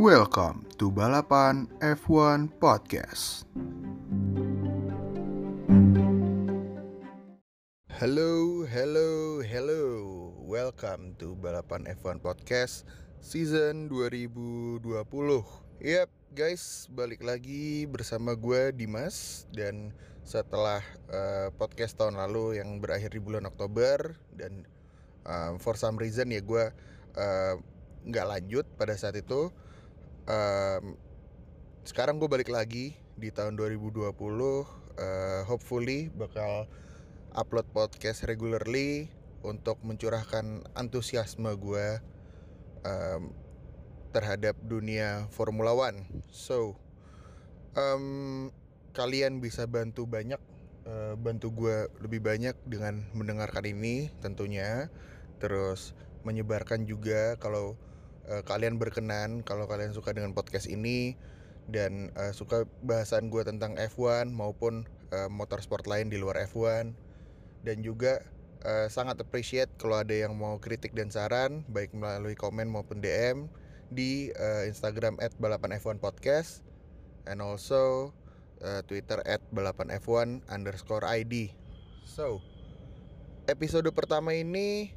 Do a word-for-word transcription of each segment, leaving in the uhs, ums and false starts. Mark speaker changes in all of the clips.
Speaker 1: Welcome to Balapan F one Podcast. Hello, hello, hello. Welcome to Balapan F one Podcast Season dua ribu dua puluh. Yap, guys, balik lagi bersama gue Dimas. Dan setelah uh, podcast tahun lalu yang berakhir di bulan Oktober, dan um, for some reason ya gue uh, gak lanjut pada saat itu, um, sekarang gue balik lagi di tahun dua ribu dua puluh. uh, Hopefully bakal upload podcast regularly untuk mencurahkan antusiasme gue um, terhadap dunia Formula One. So, um, kalian bisa bantu banyak, uh, bantu gue lebih banyak dengan mendengarkan ini tentunya. Terus menyebarkan juga kalau uh, kalian berkenan, kalau kalian suka dengan podcast ini dan uh, suka bahasan gue tentang F one maupun uh, motorsport lain di luar F one. Dan juga uh, sangat appreciate kalau ada yang mau kritik dan saran, baik melalui komen maupun D M di uh, Instagram at balapan f one podcast, and also uh, Twitter at balapan f one underscore id. So, episode pertama ini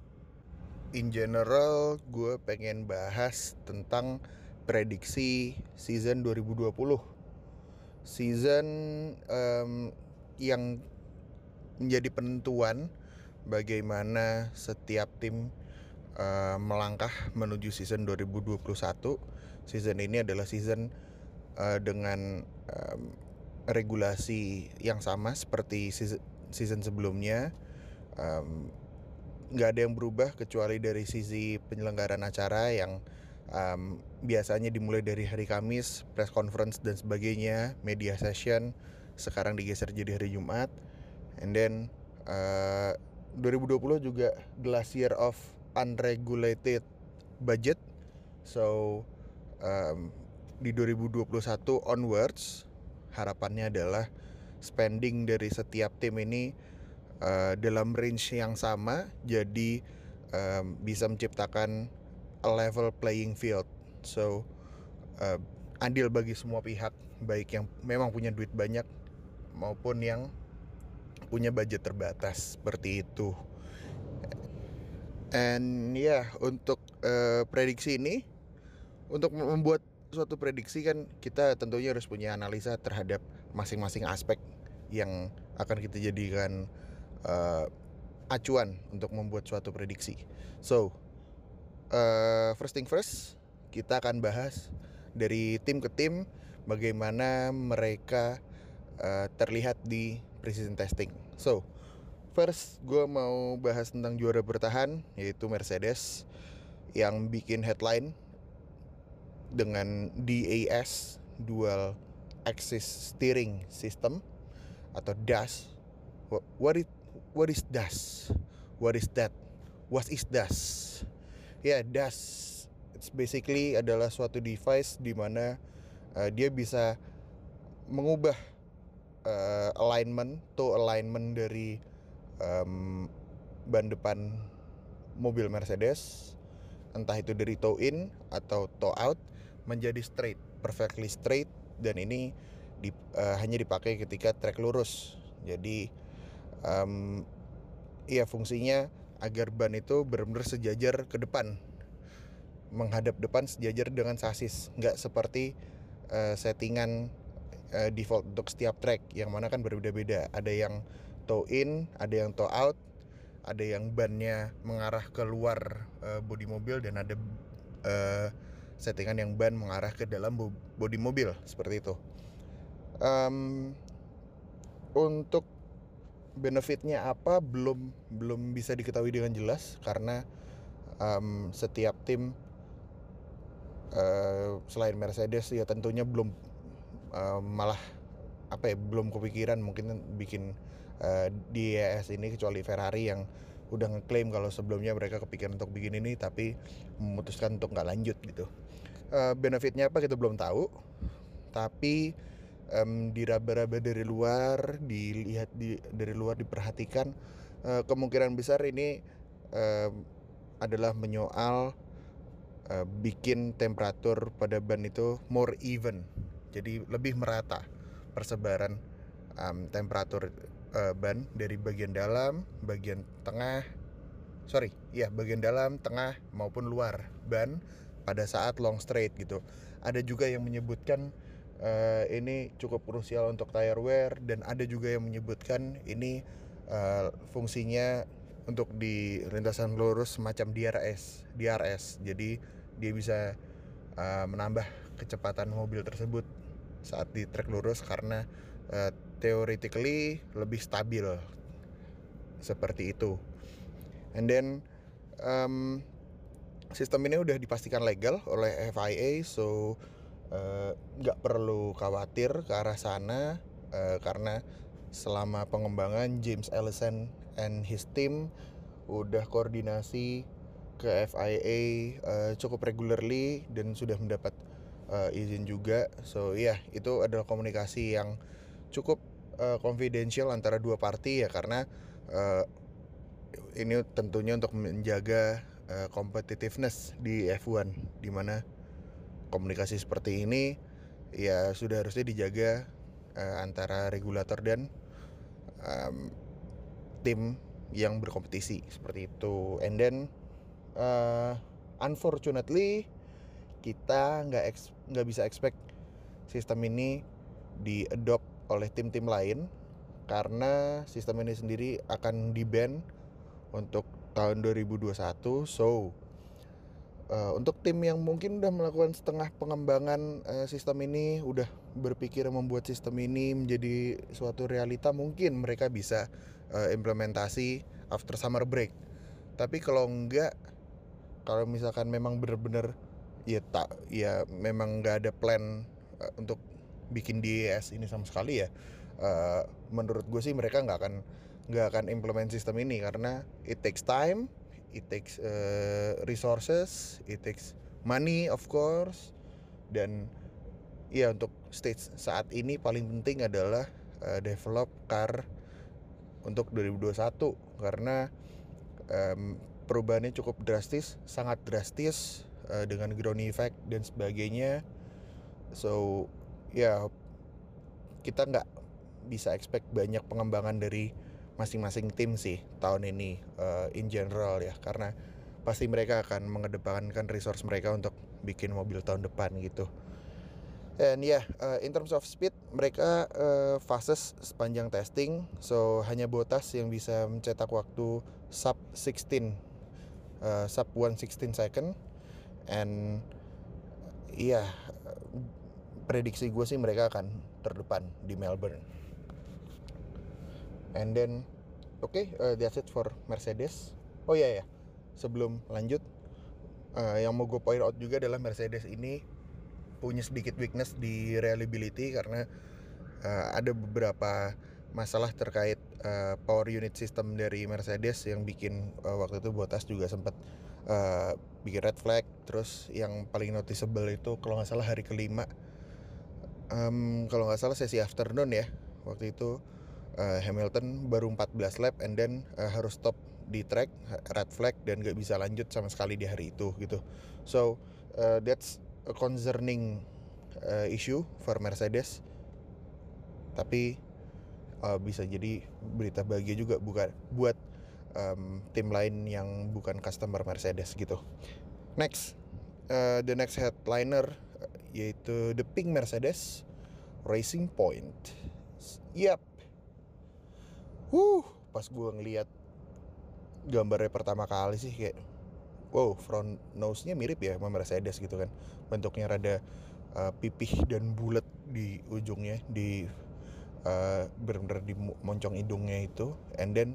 Speaker 1: in general gue pengen bahas tentang prediksi season dua ribu dua puluh. Season um, yang menjadi penentuan bagaimana setiap tim uh, melangkah menuju season dua ribu dua puluh satu. Season ini adalah season uh, dengan um, regulasi yang sama seperti season, season sebelumnya. um, Gak ada yang berubah kecuali dari sisi penyelenggaraan acara yang um, biasanya dimulai dari hari Kamis, press conference dan sebagainya, media session, sekarang digeser jadi hari Jumat. And then uh, dua ribu dua puluh juga the last year of unregulated budget. So um, di dua ribu dua puluh satu onwards harapannya adalah spending dari setiap tim ini uh, dalam range yang sama, jadi um, bisa menciptakan a level playing field. So uh, adil bagi semua pihak, baik yang memang punya duit banyak maupun yang punya budget terbatas, seperti itu. And ya, yeah, untuk uh, prediksi ini, untuk membuat suatu prediksi kan kita tentunya harus punya analisa terhadap masing-masing aspek yang akan kita jadikan uh, acuan untuk membuat suatu prediksi. So, uh, first thing first, kita akan bahas dari tim ke tim bagaimana mereka uh, terlihat di preseason testing. So, first gue mau bahas tentang juara bertahan, yaitu Mercedes yang bikin headline dengan D A S, Dual Axis Steering System atau D A S. What is what is D A S? What is that? What is D A S? Ya, yeah, D A S it's basically adalah suatu device di mana uh, dia bisa mengubah uh, alignment, toe alignment dari um, ban depan mobil Mercedes, entah itu dari toe in atau toe out, menjadi straight, perfectly straight. Dan ini di, uh, hanya dipakai ketika trek lurus. Jadi um, ya fungsinya agar ban itu benar-benar sejajar ke depan, menghadap depan sejajar dengan sasis, nggak seperti uh, settingan uh, default untuk setiap track yang mana kan berbeda-beda. Ada yang toe in, ada yang toe out, ada yang bannya mengarah keluar uh, bodi mobil, dan ada uh, settingan yang ban mengarah ke dalam bodi mobil, seperti itu. Um, untuk benefitnya apa belum belum bisa diketahui dengan jelas karena um, setiap tim uh, selain Mercedes ya tentunya belum uh, malah apa ya belum kepikiran mungkin bikin uh, D A S ini, kecuali Ferrari yang udah ngeklaim kalau sebelumnya mereka kepikiran untuk bikin ini tapi memutuskan untuk nggak lanjut gitu. Uh, benefitnya apa kita belum tahu, tapi um, diraba-raba dari luar, dilihat di, dari luar diperhatikan, uh, kemungkinan besar ini um, adalah menyoal uh, bikin temperatur pada ban itu more even, jadi lebih merata persebaran um, temperatur uh, ban dari bagian dalam, bagian tengah, sorry, ya bagian dalam, tengah maupun luar ban pada saat long straight gitu. Ada juga yang menyebutkan uh, ini cukup krusial untuk tire wear, dan ada juga yang menyebutkan ini uh, fungsinya untuk di lintasan lurus semacam D R S, D R S. Jadi dia bisa uh, menambah kecepatan mobil tersebut saat di trek lurus karena uh, theoretically lebih stabil seperti itu. And then um, sistem ini udah dipastikan legal oleh F I A, so nggak uh, perlu khawatir ke arah sana, uh, karena selama pengembangan James Allison and his team udah koordinasi ke F I A uh, cukup regularly dan sudah mendapat uh, izin juga. So ya, yeah, itu adalah komunikasi yang cukup uh, confidential antara dua party ya, karena uh, ini tentunya untuk menjaga uh, competitiveness di F satu, dimana komunikasi seperti ini ya sudah harusnya dijaga uh, antara regulator dan um, tim yang berkompetisi seperti itu. And then uh, unfortunately kita nggak nggak bisa expect sistem ini di-adopt oleh tim-tim lain, karena sistem ini sendiri akan di-ban untuk tahun dua ribu dua puluh satu. So uh, untuk tim yang mungkin udah melakukan setengah pengembangan uh, sistem ini, udah berpikir membuat sistem ini menjadi suatu realita, mungkin mereka bisa uh, implementasi after summer break. Tapi kalau enggak, kalau misalkan memang benar-benar ya tak ya memang nggak ada plan uh, untuk bikin D E S ini sama sekali ya, uh, menurut gue sih mereka nggak akan nggak akan implement sistem ini, karena it takes time, it takes uh, resources, it takes money of course. Dan ya untuk stage saat ini paling penting adalah uh, develop car untuk dua ribu dua puluh satu, karena um, perubahannya cukup drastis, sangat drastis, uh, dengan ground effect dan sebagainya. So ya kita nggak bisa expect banyak pengembangan dari masing-masing tim sih tahun ini uh, in general ya, karena pasti mereka akan mengedepankan resource mereka untuk bikin mobil tahun depan gitu. And ya, yeah, uh, in terms of speed, mereka uh, fastest sepanjang testing. So hanya Bottas yang bisa mencetak waktu sub sixteen, uh, sub one sixteen second. And iya, yeah, prediksi gue sih mereka akan terdepan di Melbourne. And then, oke, okay, uh, that's it for Mercedes. Oh iya yeah, ya, yeah. Sebelum lanjut, uh, yang mau gue point out juga adalah Mercedes ini punya sedikit weakness di reliability, karena uh, ada beberapa masalah terkait uh, power unit system dari Mercedes yang bikin uh, waktu itu Bottas juga sempat uh, bikin red flag. Terus yang paling noticeable itu kalau nggak salah hari kelima, um, kalau nggak salah sesi afternoon ya, waktu itu uh, Hamilton baru empat belas lap and then uh, harus stop di track, red flag, dan nggak bisa lanjut sama sekali di hari itu gitu. So uh, that's a concerning uh, issue for Mercedes, tapi uh, bisa jadi berita bahagia juga bukan buat um, tim lain yang bukan customer Mercedes gitu. Next, uh, the next headliner uh, yaitu the pink Mercedes Racing Point. Yap, Wuh, pas gue ngeliat gambarnya pertama kali sih kayak wow, front nose-nya mirip ya sama Mercedes gitu kan. Bentuknya rada uh, pipih dan bulat di ujungnya, di uh, benar-benar di moncong hidungnya itu. And then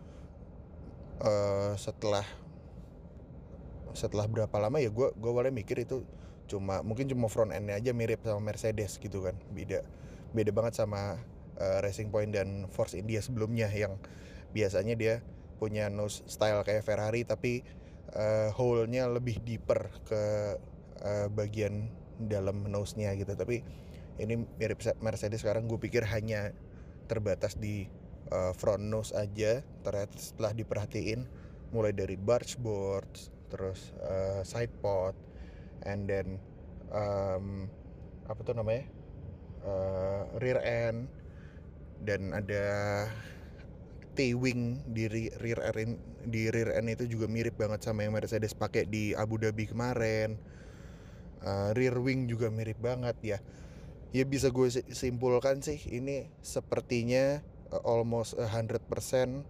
Speaker 1: uh, setelah setelah berapa lama ya gue gue awalnya mikir itu cuma mungkin cuma front end-nya aja mirip sama Mercedes gitu kan. Beda beda banget sama uh, Racing Point dan Force India sebelumnya yang biasanya dia punya nose style kayak Ferrari, tapi uh, hole-nya lebih deeper ke uh, bagian dalam nose-nya gitu. Tapi ini mirip Mercedes sekarang, gue pikir hanya terbatas di uh, front nose aja. Ternyata setelah diperhatiin mulai dari barge board, terus uh, side pod, and then um, apa tuh namanya uh, rear end, dan ada T-wing di rear end. Di rear end itu juga mirip banget sama yang Mercedes pakai di Abu Dhabi kemarin. Uh, rear wing juga mirip banget ya. Ya bisa gue simpulkan sih, ini sepertinya uh, almost one hundred percent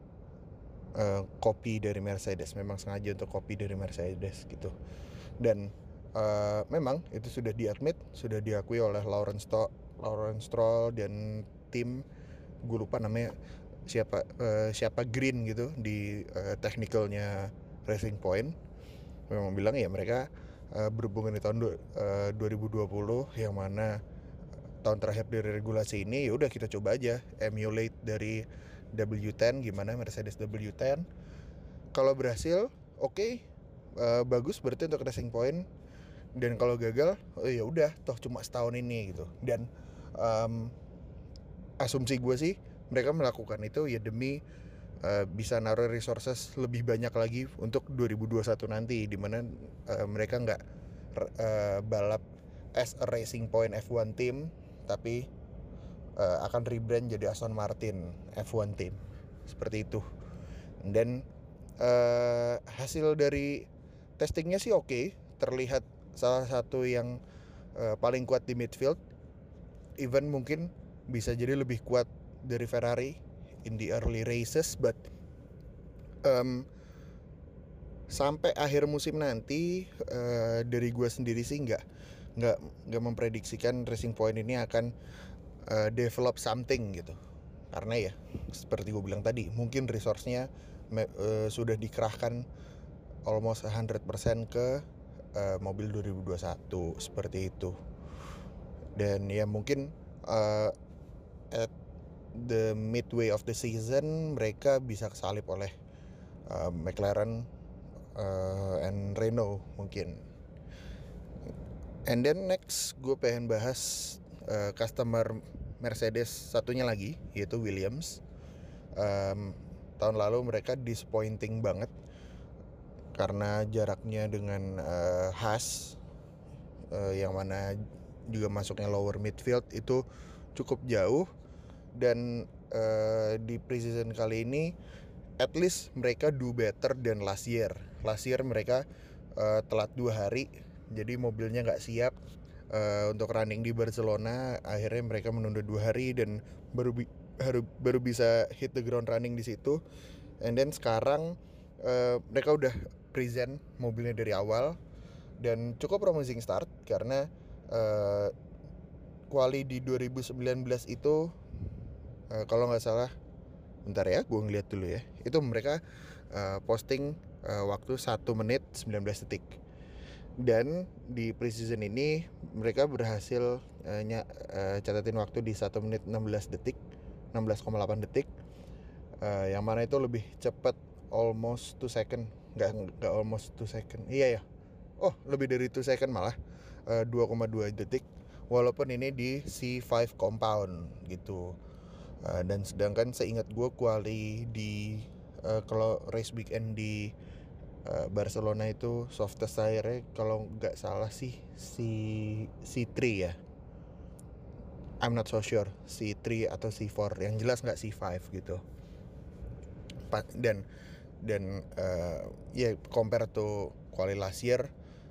Speaker 1: uh, copy dari Mercedes. Memang sengaja untuk copy dari Mercedes gitu. Dan uh, memang itu sudah diadmit, sudah diakui oleh Lawrence Stroll, Lawrence Stroll dan tim, gue lupa namanya siapa uh, siapa Green gitu di uh, technicalnya Racing Point. Memang bilang ya mereka uh, berhubungan di tahun du- uh, dua ribu dua puluh, yang mana tahun terakhir dari regulasi ini, ya udah kita coba aja emulate dari W sepuluh, gimana Mercedes W sepuluh. Kalau berhasil, oke, okay, uh, bagus berarti untuk Racing Point. Dan kalau gagal, oh ya udah, toh cuma setahun ini gitu. Dan um, asumsi gue sih mereka melakukan itu ya demi uh, bisa naruh resources lebih banyak lagi untuk dua ribu dua puluh satu nanti, dimana uh, mereka nggak uh, balap as a Racing Point F one team, tapi uh, akan rebrand jadi Aston Martin F one team, seperti itu. Dan uh, hasil dari testingnya sih oke, okay. Terlihat salah satu yang uh, paling kuat di midfield, even mungkin bisa jadi lebih kuat dari Ferrari in the early races, but um, sampai akhir musim nanti uh, dari gue sendiri sih nggak nggak nggak memprediksikan Racing Point ini akan uh, develop something gitu, karena ya seperti gue bilang tadi, mungkin resource-nya uh, sudah dikerahkan almost one hundred percent ke uh, mobil dua ribu dua puluh satu, seperti itu. Dan ya mungkin uh, at the midway of the season mereka bisa kesalip oleh uh, McLaren uh, and Renault mungkin. And then next gue pengen bahas uh, customer Mercedes satunya lagi, yaitu Williams. um, Tahun lalu mereka disappointing banget karena jaraknya dengan uh, Haas, uh, yang mana juga masuknya lower midfield, itu cukup jauh. Dan uh, di preseason kali ini at least mereka do better than last year. Last year mereka uh, telat dua hari, jadi mobilnya nggak siap uh, untuk running di Barcelona. Akhirnya mereka menunda dua hari dan baru bi- baru, baru bisa hit the ground running di situ. And then sekarang uh, mereka udah present mobilnya dari awal dan cukup promising start, karena uh, quali di dua ribu sembilan belas itu uh, kalau nggak salah, bentar ya gue ngeliat dulu ya, itu mereka uh, posting uh, waktu satu menit sembilan belas detik. Dan di preseason ini mereka berhasil uh, ny- uh, catatin waktu di satu menit enam belas detik, enam belas koma delapan detik, uh, yang mana itu lebih cepat almost two second. Nggak, nggak almost two second, iya ya, oh lebih dari two second malah, uh, dua koma dua detik, walaupun ini di C lima compound gitu. Uh, dan sedangkan seingat gue quali di uh, kalau race weekend di uh, Barcelona itu softest tire kalau nggak salah sih si C tiga ya, I'm not so sure C tiga atau C empat, yang jelas nggak C lima gitu. Dan dan uh, ya yeah, compare to quali last year,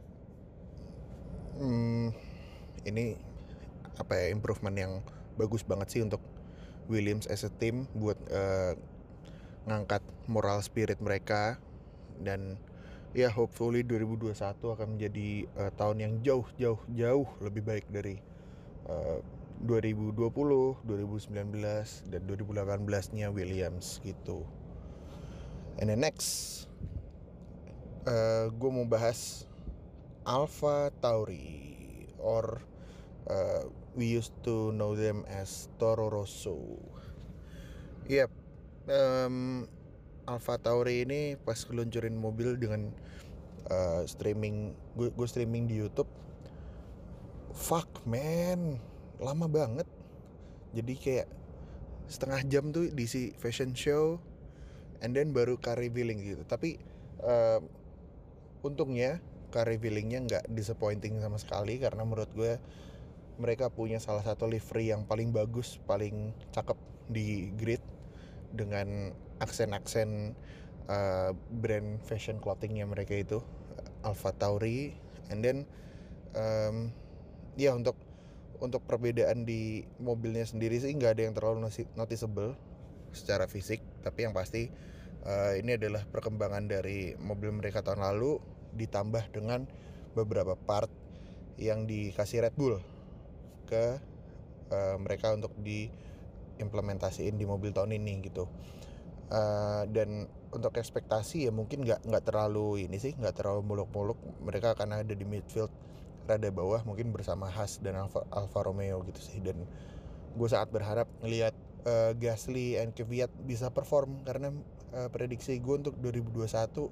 Speaker 1: hmm, ini apa ya, improvement yang bagus banget sih untuk Williams as a team buat uh, ngangkat moral spirit mereka. Dan ya hopefully dua ribu dua puluh satu akan menjadi uh, tahun yang jauh jauh jauh lebih baik dari uh, dua ribu dua puluh, dua ribu sembilan belas dan dua ribu delapan belas-nya Williams gitu. And then next uh, gue mau bahas Alpha Tauri, or uh, we used to know them as Toro Rosso. Yep, um, Alpha Tauri ini pas keluncurin mobil dengan uh, streaming, gue, gue streaming di YouTube, fuck man, lama banget. Jadi kayak setengah jam tuh di si fashion show, and then baru car revealing gitu. Tapi uh, untungnya car revealingnya nggak disappointing sama sekali, karena menurut gue mereka punya salah satu livery yang paling bagus, paling cakep di grid, dengan aksen-aksen uh, brand fashion clothingnya mereka itu, Alpha Tauri. And then um, ya untuk untuk perbedaan di mobilnya sendiri sih nggak ada yang terlalu noticeable secara fisik, tapi yang pasti uh, ini adalah perkembangan dari mobil mereka tahun lalu ditambah dengan beberapa part yang dikasih Red Bull ke uh, mereka untuk diimplementasiin di mobil tahun ini gitu. Uh, dan untuk ekspektasi ya mungkin nggak nggak terlalu ini sih, nggak terlalu muluk-muluk. Mereka akan ada di midfield rada bawah mungkin bersama Haas dan Alfa, Alfa Romeo gitu sih. Dan gue sangat berharap ngelihat uh, Gasly and Kvyat bisa perform, karena uh, prediksi gue untuk dua ribu dua puluh satu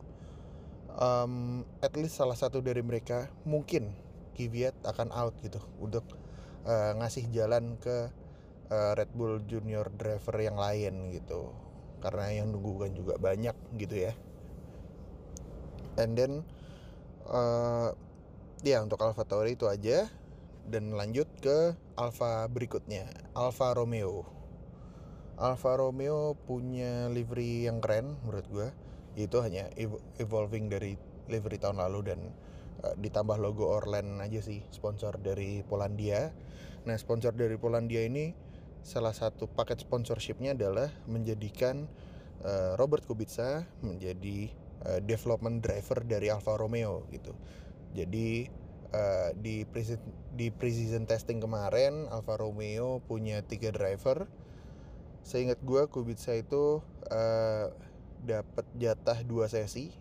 Speaker 1: um, at least salah satu dari mereka, mungkin Kvyat, akan out gitu untuk uh, ngasih jalan ke uh, Red Bull Junior driver yang lain gitu, karena yang nunggu kan juga banyak gitu ya. And then uh, ya untuk Alfa Tauri itu aja. Dan lanjut ke Alfa berikutnya, Alfa Romeo. Alfa Romeo punya livery yang keren menurut gue. Itu hanya evolving dari livery tahun lalu, dan uh, ditambah logo Orlen aja sih, sponsor dari Polandia. Nah, sponsor dari Polandia ini salah satu paket sponsorshipnya adalah menjadikan uh, Robert Kubica menjadi uh, development driver dari Alfa Romeo gitu. Jadi Uh, di pre di pre-season testing kemarin Alfa Romeo punya tiga driver. Seingat gue Kubica itu uh, dapat jatah dua sesi,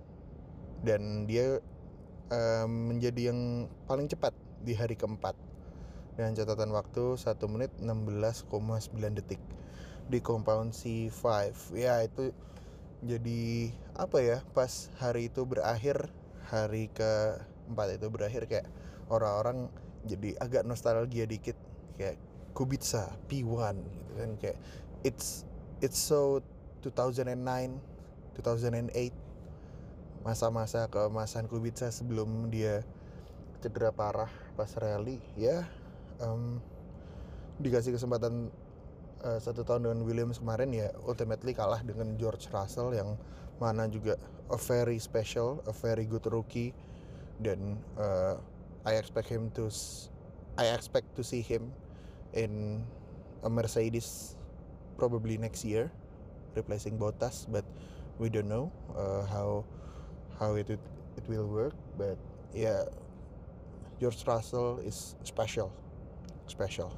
Speaker 1: dan dia uh, menjadi yang paling cepat di hari keempat dengan catatan waktu satu menit enam belas koma sembilan detik di compound C lima. Ya itu jadi apa ya, pas hari itu berakhir, hari ke empat itu berakhir, kayak orang-orang jadi agak nostalgia dikit, kayak Kubica P satu gitu kan, kayak it's it's so two thousand nine, two thousand eight, masa-masa keemasan Kubica sebelum dia cedera parah pas rally ya. Um, dikasih kesempatan uh, satu tahun dengan Williams kemarin, ya ultimately kalah dengan George Russell yang mana juga a very special, a very good rookie. Dan uh, I expect him to I expect to see him in a Mercedes probably next year, replacing Bottas, but we don't know uh, how how it it will work. But yeah, George Russell is special special.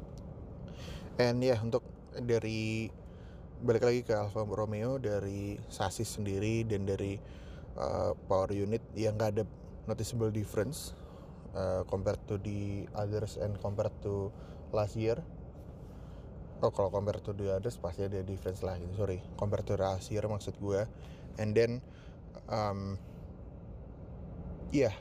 Speaker 1: And ya yeah, untuk dari balik lagi ke Alfa Romeo, dari sasis sendiri dan dari uh, power unit yang gak ada noticeable difference uh, compared to the others and compared to last year. Oh, kalau compared to the others pasti ada difference lah gitu. Sorry, compared to last year maksud gue. And then um, ya yeah,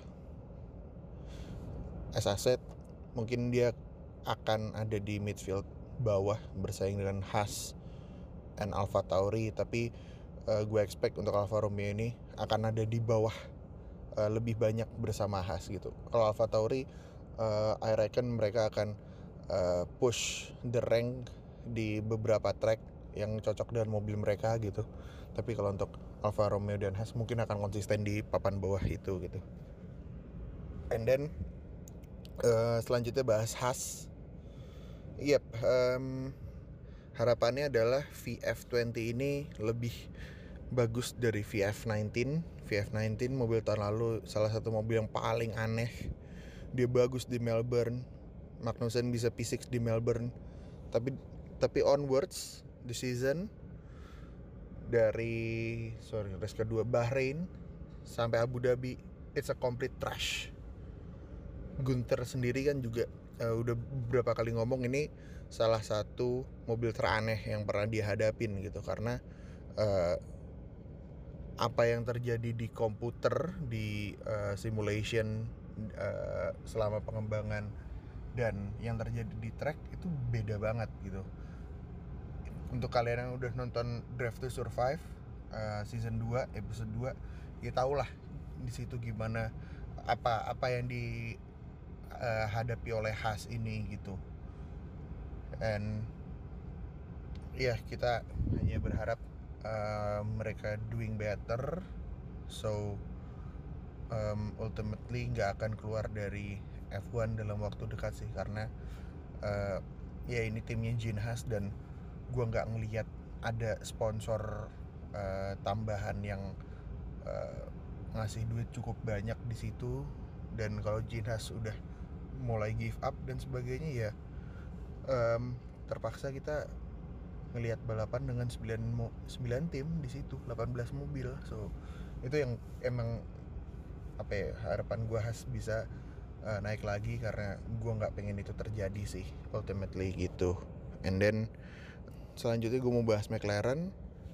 Speaker 1: as I said, mungkin dia akan ada di midfield bawah bersaing dengan Haas and Alfa Tauri. Tapi uh, gue expect untuk Alfa Romeo ini akan ada di bawah, Uh, lebih banyak bersama Haas gitu. Kalau Alfa Tauri, uh, I reckon mereka akan uh, push the rank di beberapa track yang cocok dengan mobil mereka gitu. Tapi kalau untuk Alfa Romeo dan Haas mungkin akan konsisten di papan bawah itu gitu. And then uh, selanjutnya bahas Haas. Yep, um, harapannya adalah V F dua puluh ini lebih bagus dari V F sembilan belas. V F sembilan belas mobil tahun lalu salah satu mobil yang paling aneh. Dia bagus di Melbourne, Magnussen bisa P enam di Melbourne, tapi tapi onwards the season dari sorry race kedua Bahrain sampai Abu Dhabi, it's a complete trash. Gunther sendiri kan juga uh, udah beberapa kali ngomong ini salah satu mobil teraneh yang pernah dia hadapin gitu, karena uh, apa yang terjadi di komputer, di uh, simulation uh, selama pengembangan, dan yang terjadi di track itu beda banget gitu. Untuk kalian yang udah nonton Drive to Survive uh, season dua episode dua, ya tau lah di situ gimana apa apa yang dihadapi oleh Haas ini gitu. And ya yeah, kita hanya berharap uh, mereka doing better, so um, ultimately nggak akan keluar dari F one dalam waktu dekat sih, karena uh, ya ini timnya Gene Haas dan gue nggak ngelihat ada sponsor uh, tambahan yang uh, ngasih duit cukup banyak di situ. Dan kalau Gene Haas udah mulai give up dan sebagainya, ya um, terpaksa kita ngelihat balapan dengan sembilan tim di situ, delapan belas mobil. So itu yang emang apa ya, harapan gue Haas bisa uh, naik lagi, karena gue nggak pengen itu terjadi sih ultimately gitu. And then selanjutnya gue mau bahas McLaren.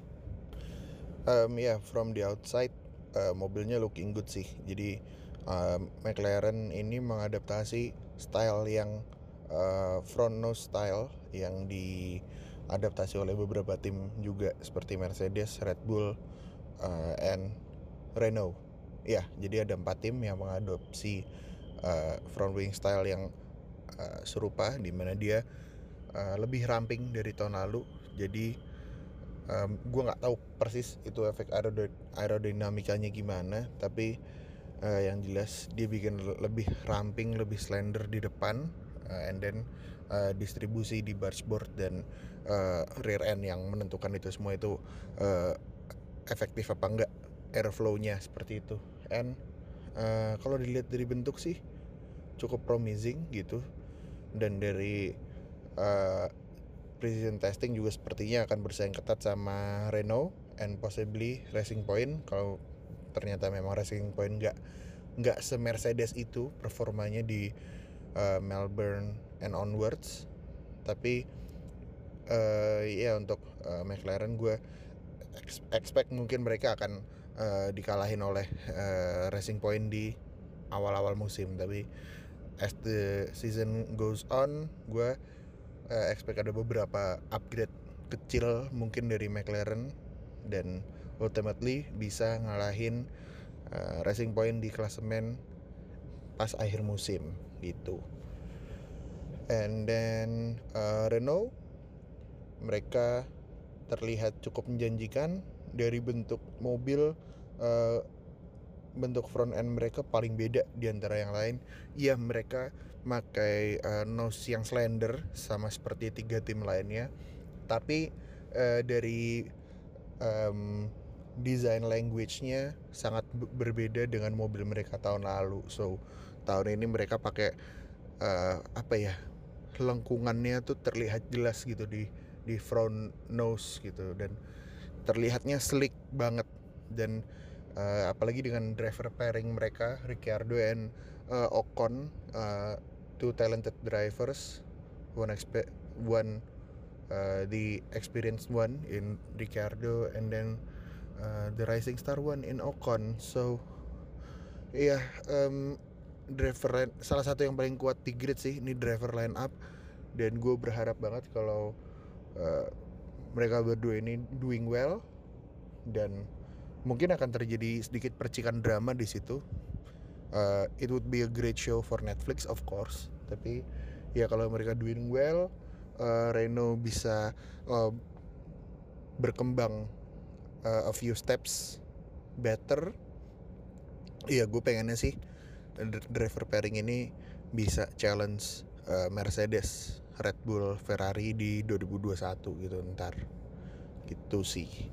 Speaker 1: Um, ya yeah, from the outside uh, mobilnya looking good sih. Jadi uh, McLaren ini mengadaptasi style yang uh, front nose style yang diadaptasi oleh beberapa tim juga, seperti Mercedes, Red Bull, uh, and Renault. Ya, jadi ada empat tim yang mengadopsi uh, front wing style yang uh, serupa, di mana dia uh, lebih ramping dari tahun lalu. Jadi um, gue nggak tahu persis itu efek aerodinamikanya gimana, tapi uh, yang jelas dia bikin lebih ramping, lebih slender di depan, uh, and then uh, distribusi di dashboard dan uh, rear end yang menentukan itu semua itu uh, efektif apa enggak airflow-nya, seperti itu. And uh, kalau dilihat dari bentuk sih cukup promising gitu, dan dari uh, precision testing juga sepertinya akan bersaing ketat sama Renault and possibly Racing Point. Kalau ternyata memang Racing Point nggak nggak se-Mercedes itu performanya di uh, Melbourne and onwards. Tapi uh, ya untuk uh, McLaren gue expect mungkin mereka akan uh, dikalahin oleh uh, Racing Point di awal-awal musim. Tapi as the season goes on, gue uh, expect ada beberapa upgrade kecil mungkin dari McLaren, dan ultimately bisa ngalahin uh, Racing Point di klasemen pas akhir musim gitu. And then uh, Renault, mereka terlihat cukup menjanjikan dari bentuk mobil. Uh, bentuk front end mereka paling beda di antara yang lain. Ya, mereka pakai uh, nose yang slender sama seperti tiga tim lainnya, tapi uh, dari um, design language-nya sangat b- berbeda dengan mobil mereka tahun lalu. So tahun ini mereka pakai uh, apa ya, lengkungannya tuh terlihat jelas gitu di di front nose gitu, dan terlihatnya slick banget. Dan uh, apalagi dengan driver pairing mereka, Ricciardo and uh, Ocon, uh, two talented drivers, one expe- one uh, the experienced one in Ricciardo, and then uh, the rising star one in Ocon. So iya, yeah, um, driver line, salah satu yang paling kuat di grid sih ini driver line up. Dan gue berharap banget kalau uh, mereka berdua ini doing well, dan mungkin akan terjadi sedikit percikan drama di situ. Uh, it would be a great show for Netflix of course. Tapi ya kalau mereka doing well, uh, Renault bisa uh, berkembang uh, a few steps better. Iya, gue pengennya sih driver pairing ini bisa challenge uh, Mercedes, Red Bull, Ferrari di dua ribu dua puluh satu gitu ntar. Gitu sih.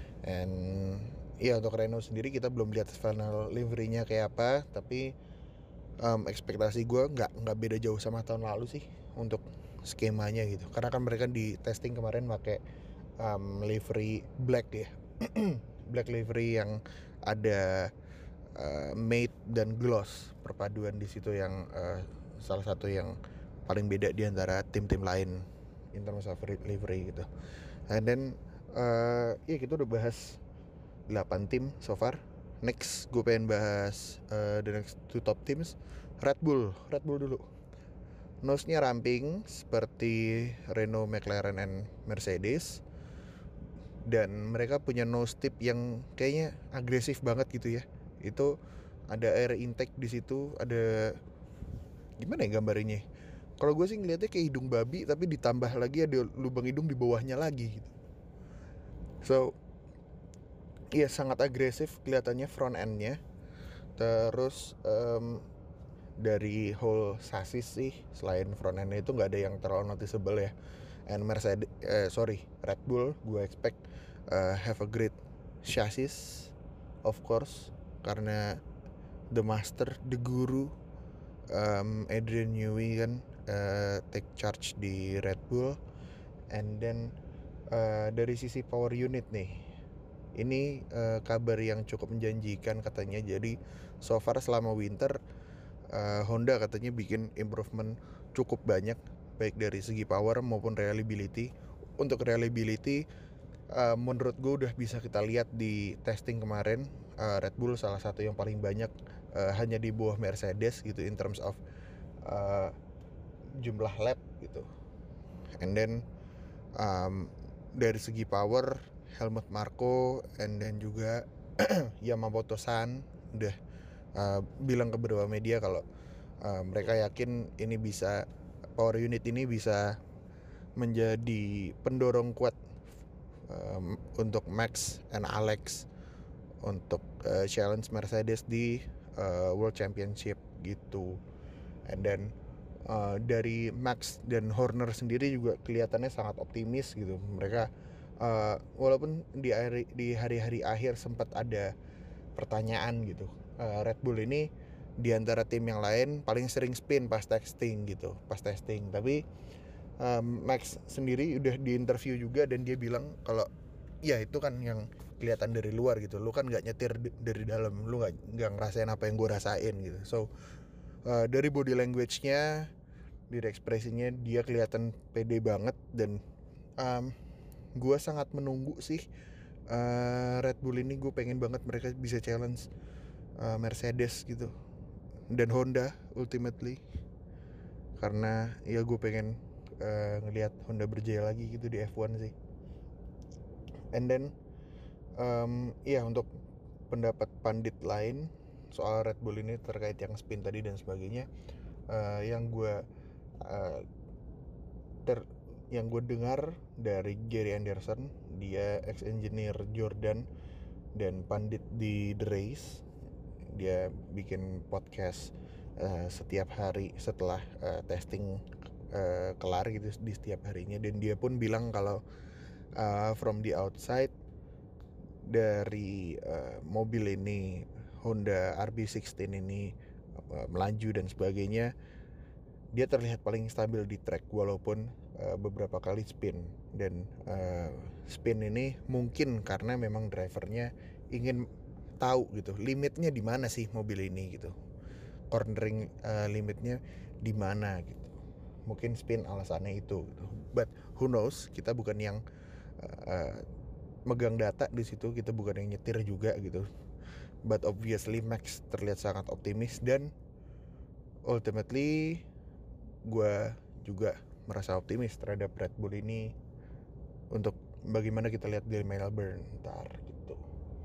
Speaker 1: And ya untuk Renault sendiri kita belum lihat final livery-nya kayak apa, tapi um, ekspektasi gue nggak nggak beda jauh sama tahun lalu sih untuk skemanya gitu. Karena kan mereka di testing kemarin pakai um, livery black ya, black livery yang ada uh, matte dan gloss perpaduan di situ, yang uh, salah satu yang paling beda di antara tim-tim lain in terms of livery gitu. And then uh, ya kita udah bahas delapan tim so far. Next gue pengen bahas uh, the next two top teams. Red Bull, Red Bull dulu. Nose-nya ramping seperti Renault, McLaren, and Mercedes. Dan mereka punya nose tip yang kayaknya agresif banget gitu ya. Itu ada air intake di situ, ada gimana ya gambarnya? Kalau gue sih ngeliatnya kayak hidung babi tapi ditambah lagi ada lubang hidung di bawahnya lagi gitu. So iya sangat agresif kelihatannya front end-nya. Terus um, dari whole chassis sih selain front end itu nggak ada yang terlalu noticeable ya. And Mercedes, eh, sorry Red Bull, gue expect uh, have a great chassis, of course, karena the master, the guru, um, Adrian Newey kan uh, take charge di Red Bull. And then uh, dari sisi power unit nih, ini uh, kabar yang cukup menjanjikan katanya. Jadi so far selama winter uh, Honda katanya bikin improvement cukup banyak, baik dari segi power maupun reliability. Untuk reliability uh, menurut gue udah bisa kita lihat di testing kemarin, uh, Red Bull salah satu yang paling banyak, uh, hanya di bawah Mercedes gitu in terms of uh, jumlah lap gitu. And then um, dari segi power Helmut Marko and then juga Yamamoto-san udah uh, bilang ke beberapa media kalau uh, mereka yakin ini bisa, power unit ini bisa menjadi pendorong kuat um, untuk Max and Alex untuk uh, challenge Mercedes di uh, World Championship gitu. And then uh, dari Max dan Horner sendiri juga kelihatannya sangat optimis gitu. Mereka uh, walaupun di hari di hari-hari akhir sempat ada pertanyaan gitu, uh, Red Bull ini di antara tim yang lain paling sering spin pas testing gitu, pas testing. Tapi um, Max sendiri udah di interview juga dan dia bilang kalau ya itu kan yang kelihatan dari luar gitu, lu kan nggak nyetir d- dari dalam, lu nggak nggak ngerasain apa yang gue rasain gitu. So uh, dari body language-nya, dari ekspresinya dia kelihatan pede banget. Dan um, gue sangat menunggu sih uh, Red Bull ini. Gue pengen banget mereka bisa challenge uh, Mercedes gitu dan Honda ultimately, karena ya gue pengen uh, ngelihat Honda berjaya lagi gitu di F one sih. And then um, ya untuk pendapat pandit lain soal Red Bull ini terkait yang spin tadi dan sebagainya, uh, yang gue uh, ter yang gue dengar dari Gary Anderson, dia ex engineer Jordan dan pandit di The Race. Dia bikin podcast uh, setiap hari setelah uh, testing uh, kelar gitu di setiap harinya. Dan dia pun bilang kalau uh, from the outside dari uh, mobil ini, Honda R B enam belas ini uh, melaju dan sebagainya, dia terlihat paling stabil di track walaupun uh, beberapa kali spin. Dan uh, spin ini mungkin karena memang drivernya ingin tahu gitu limitnya di mana sih mobil ini gitu, cornering uh, limitnya di mana gitu. Mungkin spin alasannya itu gitu. But who knows, kita bukan yang uh, megang data di situ, kita bukan yang nyetir juga gitu. But obviously Max terlihat sangat optimis dan ultimately gue juga merasa optimis terhadap Red Bull ini untuk bagaimana kita lihat di Melbourne ntar gitu.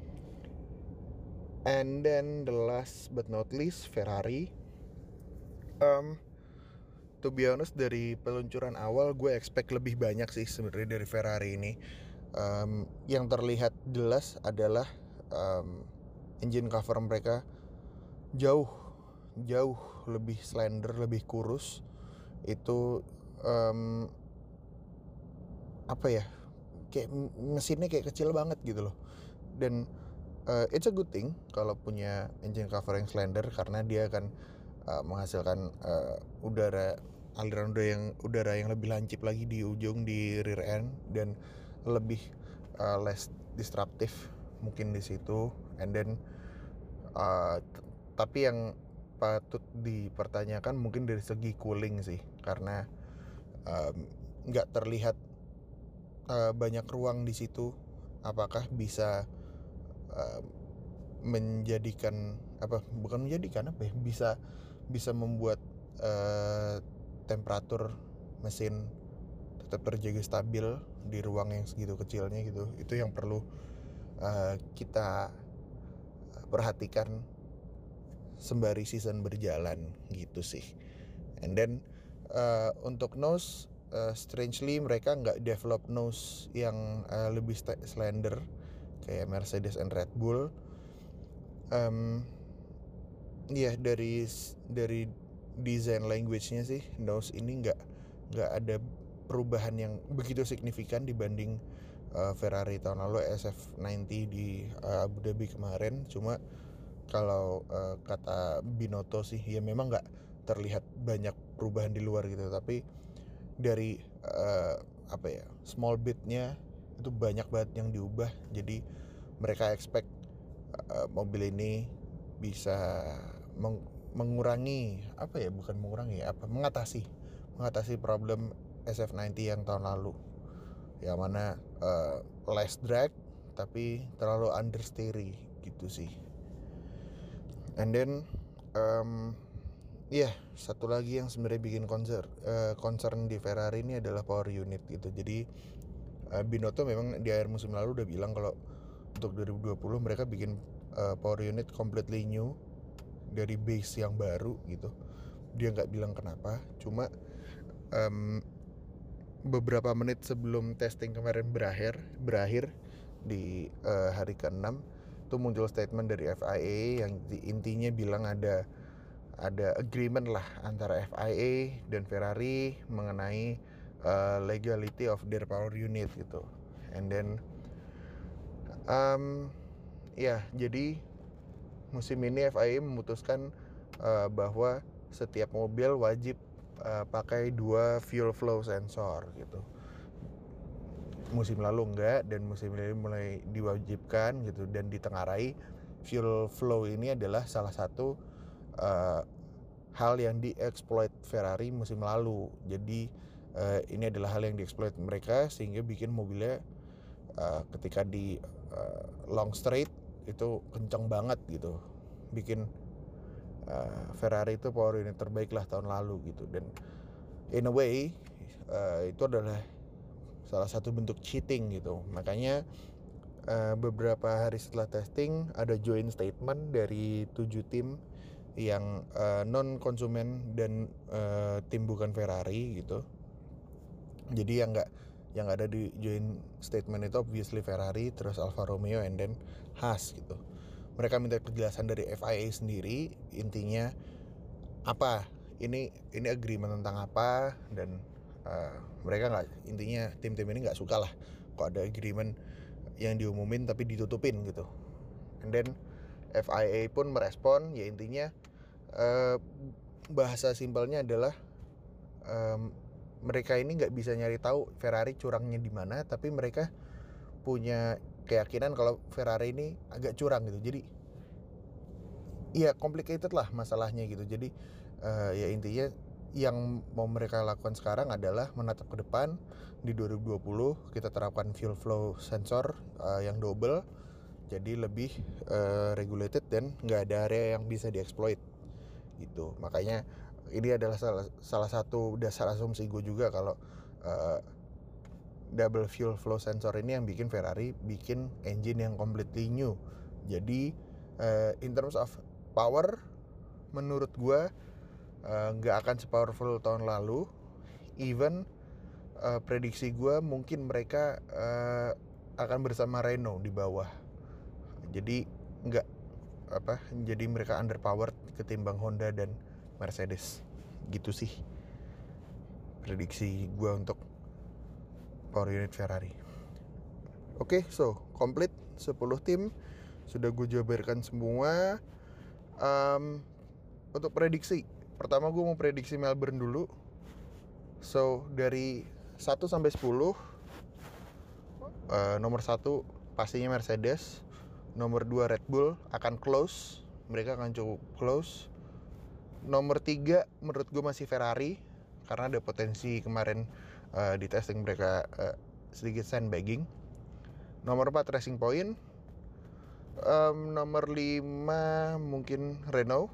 Speaker 1: And then the last but not least Ferrari. Um, to be honest, dari peluncuran awal gue expect lebih banyak sih sebenarnya dari Ferrari ini. Um, yang terlihat jelas adalah um, engine cover mereka jauh jauh lebih slender, lebih kurus. Itu um, apa ya, kayak mesinnya kayak kecil banget gitu loh. Dan uh, it's a good thing kalau punya engine cover yang slender, karena dia akan uh, menghasilkan uh, udara aliran udara yang udara yang lebih lancip lagi di ujung, di rear end, dan lebih uh, less disruptive mungkin di situ. And then uh, t- tapi yang patut dipertanyakan mungkin dari segi cooling sih, karena nggak um, terlihat uh, banyak ruang di situ. Apakah bisa uh, menjadikan apa bukan menjadikan apa ya bisa bisa membuat uh, temperatur mesin tetap terjaga stabil di ruang yang segitu kecilnya gitu. Itu yang perlu uh, kita perhatikan sembari season berjalan gitu sih. And then uh, untuk nose, uh, strangely mereka nggak develop nose yang uh, lebih st- slender kayak Mercedes and Red Bull. Um, ya yeah, dari dari design language-nya sih nose ini nggak nggak ada perubahan yang begitu signifikan dibanding uh, Ferrari tahun lalu S F sembilan puluh di uh, Abu Dhabi kemarin. Cuma kalau uh, kata Binotto sih ya memang nggak terlihat banyak perubahan di luar gitu, tapi dari uh, apa ya small bitnya itu banyak banget yang diubah. Jadi mereka expect uh, mobil ini bisa meng- mengurangi apa ya bukan mengurangi apa mengatasi mengatasi problem S F sembilan puluh yang tahun lalu, yang mana uh, less drag tapi terlalu understeery gitu sih. And then um, ya yeah, satu lagi yang sebenarnya bikin concern uh, concern di Ferrari ini adalah power unit gitu. Jadi uh, Binotto memang di akhir musim lalu udah bilang kalau untuk dua ribu dua puluh mereka bikin uh, power unit completely new dari base yang baru gitu. Dia nggak bilang kenapa, cuma um, beberapa menit sebelum testing kemarin berakhir berakhir di uh, hari keenam itu muncul statement dari F I A yang intinya bilang ada ada agreement lah antara F I A dan Ferrari mengenai uh, legality of their power unit gitu. And then um, ya yeah, jadi musim ini F I A memutuskan uh, bahwa setiap mobil wajib uh, pakai dua fuel flow sensor gitu. Musim lalu enggak, dan musim ini mulai diwajibkan gitu. Dan ditengarai fuel flow ini adalah salah satu uh, hal yang dieksploit Ferrari musim lalu. Jadi uh, ini adalah hal yang dieksploit mereka sehingga bikin mobilnya uh, ketika di uh, long straight itu kencang banget gitu, bikin uh, Ferrari itu power unit terbaik lah tahun lalu gitu. Dan in a way uh, itu adalah salah satu bentuk cheating gitu. Makanya uh, beberapa hari setelah testing ada joint statement dari tujuh tim yang uh, non konsumen dan uh, tim bukan Ferrari gitu. Jadi yang nggak yang ada di joint statement itu obviously Ferrari, terus Alfa Romeo, and then Haas gitu. Mereka minta penjelasan dari F I A sendiri, intinya apa ini ini agreement tentang apa. Dan uh, mereka nggak, intinya tim-tim ini nggak suka lah kok ada agreement yang diumumin tapi ditutupin gitu. And then F I A pun merespon, ya intinya uh, bahasa simpelnya adalah um, mereka ini nggak bisa nyari tahu Ferrari curangnya di mana, tapi mereka punya keyakinan kalau Ferrari ini agak curang gitu. Jadi ya complicated lah masalahnya gitu. Jadi uh, ya intinya yang mau mereka lakukan sekarang adalah menatap ke depan. Di dua ribu dua puluh kita terapkan fuel flow sensor uh, yang double, jadi lebih uh, regulated dan nggak ada area yang bisa dieksploit gitu. Makanya ini adalah salah, salah satu dasar asumsi gue juga kalau uh, double fuel flow sensor ini yang bikin Ferrari bikin engine yang completely new. Jadi uh, in terms of power menurut gue nggak uh, akan sepowerful tahun lalu. Even uh, prediksi gue mungkin mereka uh, akan bersama Renault di bawah. Jadi nggak apa jadi mereka underpowered ketimbang Honda dan Mercedes gitu sih prediksi gue untuk power unit Ferrari. Oke, okay, so komplit sepuluh tim sudah gue jabarkan semua. Um, untuk prediksi, pertama gue mau prediksi Melbourne dulu. So dari satu sampai sepuluh, uh, nomor satu pastinya Mercedes, nomor dua Red Bull akan close, mereka akan cukup close. Nomor tiga menurut gue masih Ferrari karena ada potensi kemarin uh, di testing mereka uh, sedikit sandbagging. Nomor empat Racing Point. um, Nomor lima mungkin Renault.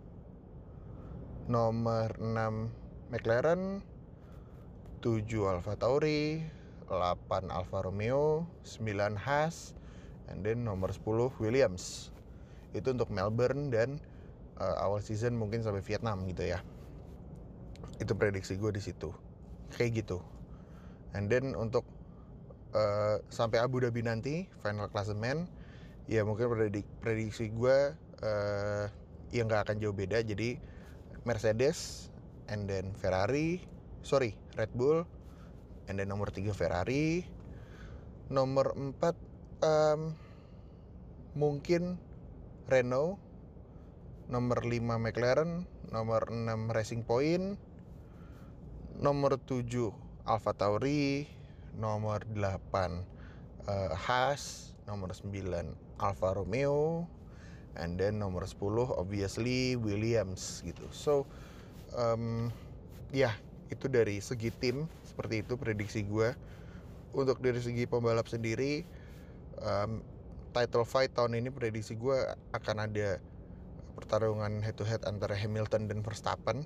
Speaker 1: Nomor enam McLaren. Tujuh Alfa Tauri. Delapan Alfa Romeo. Sembilan Haas. And then nomor sepuluh Williams. Itu untuk Melbourne dan uh, awal season mungkin sampai Vietnam gitu ya. Itu prediksi gue di situ kayak gitu. And then untuk uh, sampai Abu Dhabi nanti final klasemen, ya mungkin predik, prediksi gue uh, ya nggak akan jauh beda. Jadi Mercedes, and then Ferrari, sorry Red Bull, and then nomor tiga Ferrari, nomor empat um, mungkin Renault, nomor lima McLaren, nomor enam Racing Point, nomor tujuh Alfa Tauri, nomor delapan uh, Haas, nomor sembilan Alfa Romeo, and then nomor sepuluh obviously Williams gitu. So um, ya yeah, itu dari segi tim seperti itu prediksi gue. Untuk dari segi pembalap sendiri, um, title fight tahun ini prediksi gue akan ada pertarungan head to head antara Hamilton dan Verstappen.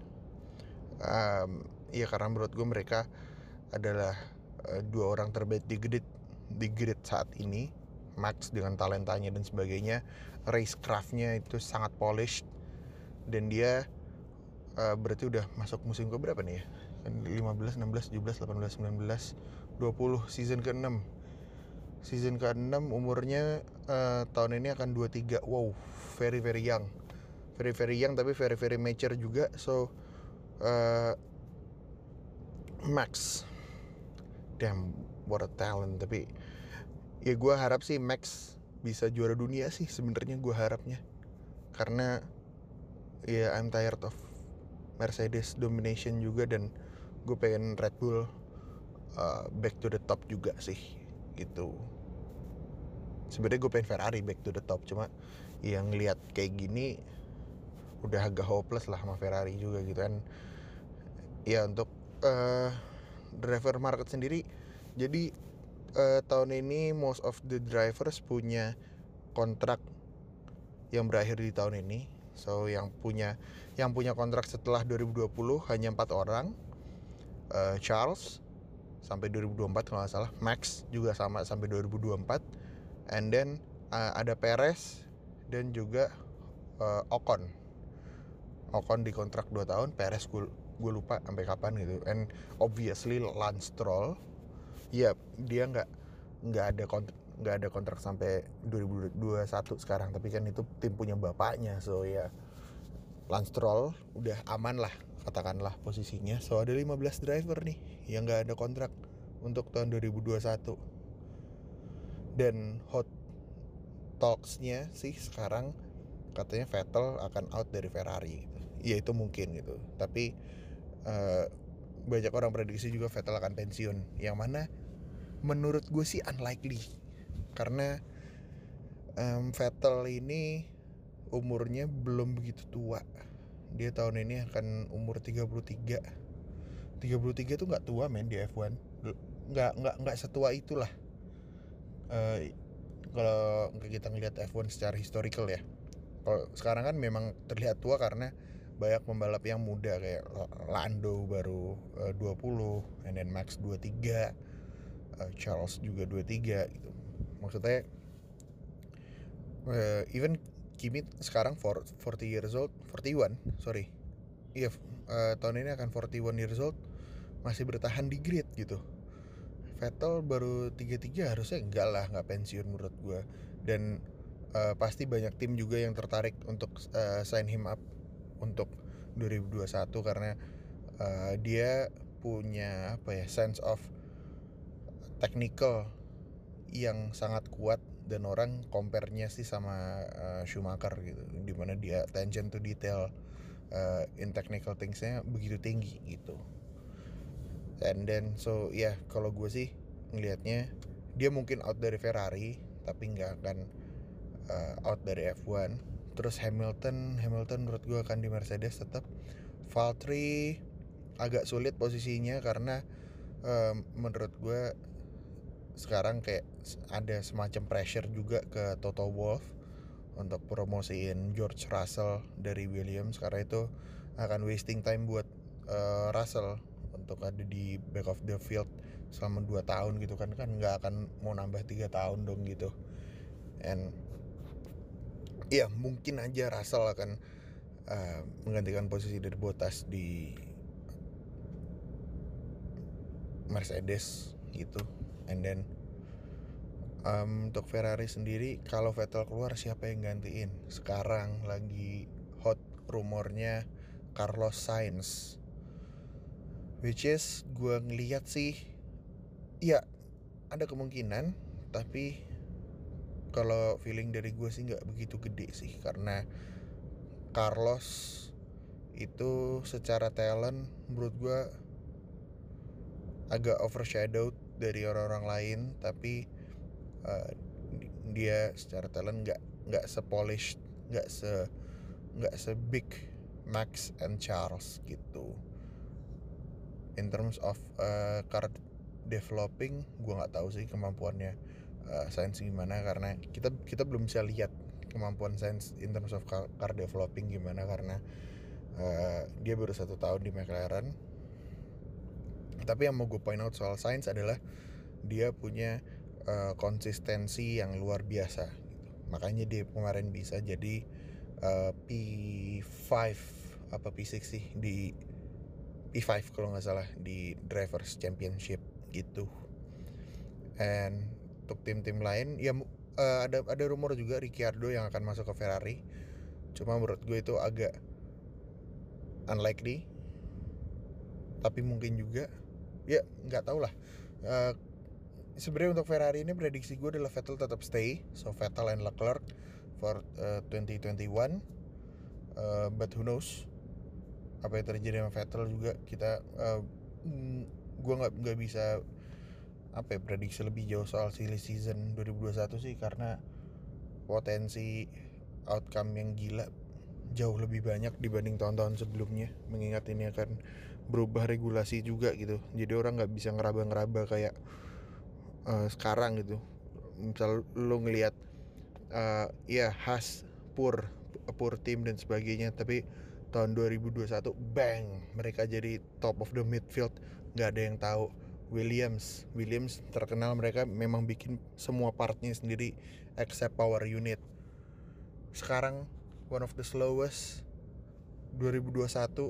Speaker 1: Um, ya karena menurut gue mereka adalah uh, dua orang terbaik di grid di grid saat ini. Max dengan talentanya dan sebagainya, racecraftnya itu sangat polished, dan dia uh, berarti udah masuk musim ke berapa nih ya? lima belas, enam belas, tujuh belas, delapan belas, sembilan belas, dua puluh, season keenam. Season keenam umurnya uh, tahun ini akan dua puluh tiga. Wow, very very young. Very very young tapi very very mature juga. So uh, Max, damn, what a talent. Tapi ya gue harap sih Max bisa juara dunia sih sebenarnya, gue harapnya. Karena ya I'm tired of Mercedes domination juga, dan gue pengen Red Bull uh, back to the top juga sih gitu. Sebenarnya gue pengen Ferrari back to the top, cuma yang ngelihat kayak gini udah agak hopeless lah sama Ferrari juga gitu kan. Ya untuk uh, driver market sendiri, jadi uh, tahun ini most of the drivers punya kontrak yang berakhir di tahun ini. So yang punya yang punya kontrak setelah dua ribu dua puluh hanya empat orang. uh, Charles sampai dua ribu dua puluh empat kalau nggak salah, Max juga sama sampai dua ribu dua puluh empat, and then uh, ada Perez dan juga uh, Ocon. Ocon di kontrak dua tahun, Perez gue gue lupa sampai kapan gitu. And obviously Lance Stroll, ya dia nggak nggak ada kontrak nggak ada kontrak sampai dua ribu dua puluh satu sekarang, tapi kan itu tim punya bapaknya. So ya Lance Stroll udah aman lah katakanlah posisinya. So ada lima belas driver nih yang nggak ada kontrak untuk tahun dua ribu dua puluh satu. Dan hot talks-nya sih sekarang katanya Vettel akan out dari Ferrari gitu. Ya itu mungkin gitu. Tapi uh, banyak orang prediksi juga Vettel akan pensiun, yang mana menurut gue sih unlikely. Karena um, Vettel ini umurnya belum begitu tua. Dia tahun ini akan umur tiga puluh tiga. tiga puluh tiga tuh gak tua men di F satu. Gak, gak, gak setua itulah. uh, Kalau kita ngelihat F satu secara historical ya. Kalau sekarang kan memang terlihat tua karena banyak pembalap yang muda kayak Lando baru uh, dua puluh, and then Max dua puluh tiga, uh, Charles juga dua puluh tiga gitu. Maksudnya uh, even Kimi sekarang forty years old, forty-one, sorry. Iya, uh, tahun ini akan forty-one years old, masih bertahan di grid gitu. Vettel baru tiga puluh tiga, harusnya enggak lah, enggak pensiun menurut gue. Dan uh, pasti banyak tim juga yang tertarik untuk uh, sign him up untuk dua ribu dua puluh satu karena uh, dia punya apa ya, sense of technical yang sangat kuat, dan orang compare-nya sih sama uh, Schumacher gitu, dimana dia attention to detail uh, in technical things-nya begitu tinggi gitu. And then so ya yeah, kalau gue sih ngelihatnya dia mungkin out dari Ferrari tapi nggak akan uh, out dari F satu. Terus Hamilton Hamilton menurut gue akan di Mercedes tetap. Valtteri agak sulit posisinya karena um, menurut gue sekarang kayak ada semacam pressure juga ke Toto Wolff untuk promosiin George Russell dari Williams, karena itu akan wasting time buat uh, Russell untuk ada di back of the field selama dua tahun gitu kan kan nggak akan mau nambah tiga tahun dong gitu. And ya mungkin aja Russell akan uh, menggantikan posisi dari Bottas di Mercedes gitu. And then um, untuk Ferrari sendiri, kalau Vettel keluar siapa yang gantiin? Sekarang lagi hot rumornya Carlos Sainz, which is gue ngeliat sih ya ada kemungkinan, tapi kalau feeling dari gue sih nggak begitu gede sih, karena Carlos itu secara talent menurut gue agak overshadowed dari orang-orang lain, tapi uh, dia secara talent nggak nggak sepolished, nggak se nggak se big Max and Charles gitu. In terms of uh, car developing, gue nggak tahu sih kemampuannya uh, Sainz gimana, karena kita kita belum bisa lihat kemampuan Sainz in terms of car, car developing gimana, karena uh, dia baru satu tahun di McLaren. Tapi yang mau gue point out soal Sainz adalah dia punya uh, konsistensi yang luar biasa gitu. Makanya dia kemarin bisa jadi uh, P lima apa P enam sih di P lima kalau nggak salah di Drivers Championship gitu. And untuk tim-tim lain ya uh, ada ada rumor juga Ricciardo yang akan masuk ke Ferrari. Cuma menurut gue itu agak unlikely. Tapi mungkin juga ya nggak tahu lah. Uh, sebenarnya untuk Ferrari ini prediksi gue adalah Vettel tetap stay, so Vettel and Leclerc for uh, twenty twenty-one. Uh, but who knows apa yang terjadi sama Vettel juga, kita uh, mm, gue nggak nggak bisa apa ya, prediksi lebih jauh soal silly season dua ribu dua puluh satu sih, karena potensi outcome yang gila jauh lebih banyak dibanding tahun-tahun sebelumnya, mengingat ini akan berubah regulasi juga gitu. Jadi orang nggak bisa ngeraba-ngeraba kayak uh, sekarang gitu. Misal lo ngelihat uh, ya Haas poor poor team dan sebagainya, tapi tahun dua ribu dua puluh satu bang mereka jadi top of the midfield, nggak ada yang tahu. Williams Williams terkenal mereka memang bikin semua partnya sendiri except power unit. Sekarang one of the slowest, dua ribu dua puluh satu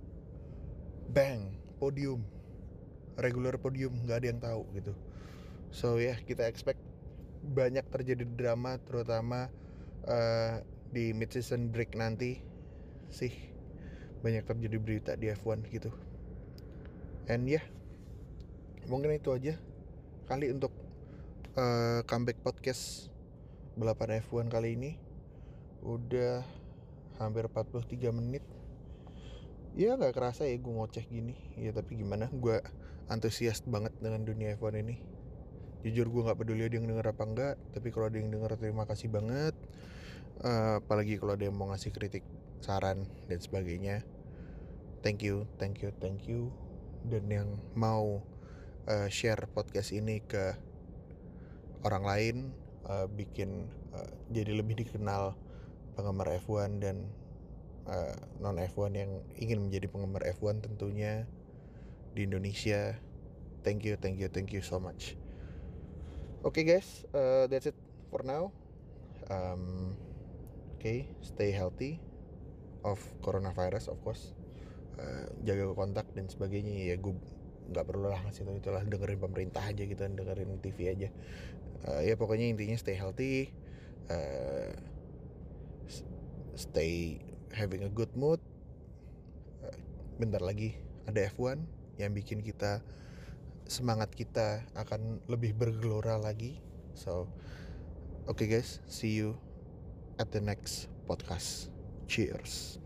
Speaker 1: bang podium, regular podium, nggak ada yang tahu gitu. So ya yeah, kita expect banyak terjadi drama, terutama uh, di mid season break nanti sih banyak terjadi berita di F satu gitu. And ya yeah, mungkin itu aja kali untuk uh, comeback podcast balapan F satu kali ini. Udah hampir empat puluh tiga menit. Ya gak kerasa ya gue ngoceh gini. Ya tapi gimana, gue antusias banget dengan dunia F satu ini. Jujur gue gak peduli ada yang denger apa enggak, tapi kalau ada yang denger terima kasih banget. uh, Apalagi kalau ada yang mau ngasih kritik, saran dan sebagainya, thank you, thank you, thank you. Dan yang mau uh, share podcast ini ke orang lain, uh, bikin uh, jadi lebih dikenal penggemar F satu dan uh, non F satu yang ingin menjadi penggemar F satu tentunya di Indonesia. Thank you, thank you, thank you so much. Oke okay guys, uh, that's it for now. Um, Oke, okay, stay healthy of coronavirus of course. Uh, jaga kontak dan sebagainya. Ya gue nggak perlu lah ngasih tau itulah, dengerin pemerintah aja gitu, dengerin T V aja. Uh, ya pokoknya intinya stay healthy, uh, stay having a good mood. Uh, bentar lagi ada F satu yang bikin kita, semangat kita akan lebih bergelora lagi. So, okay guys, see you at the next podcast. Cheers.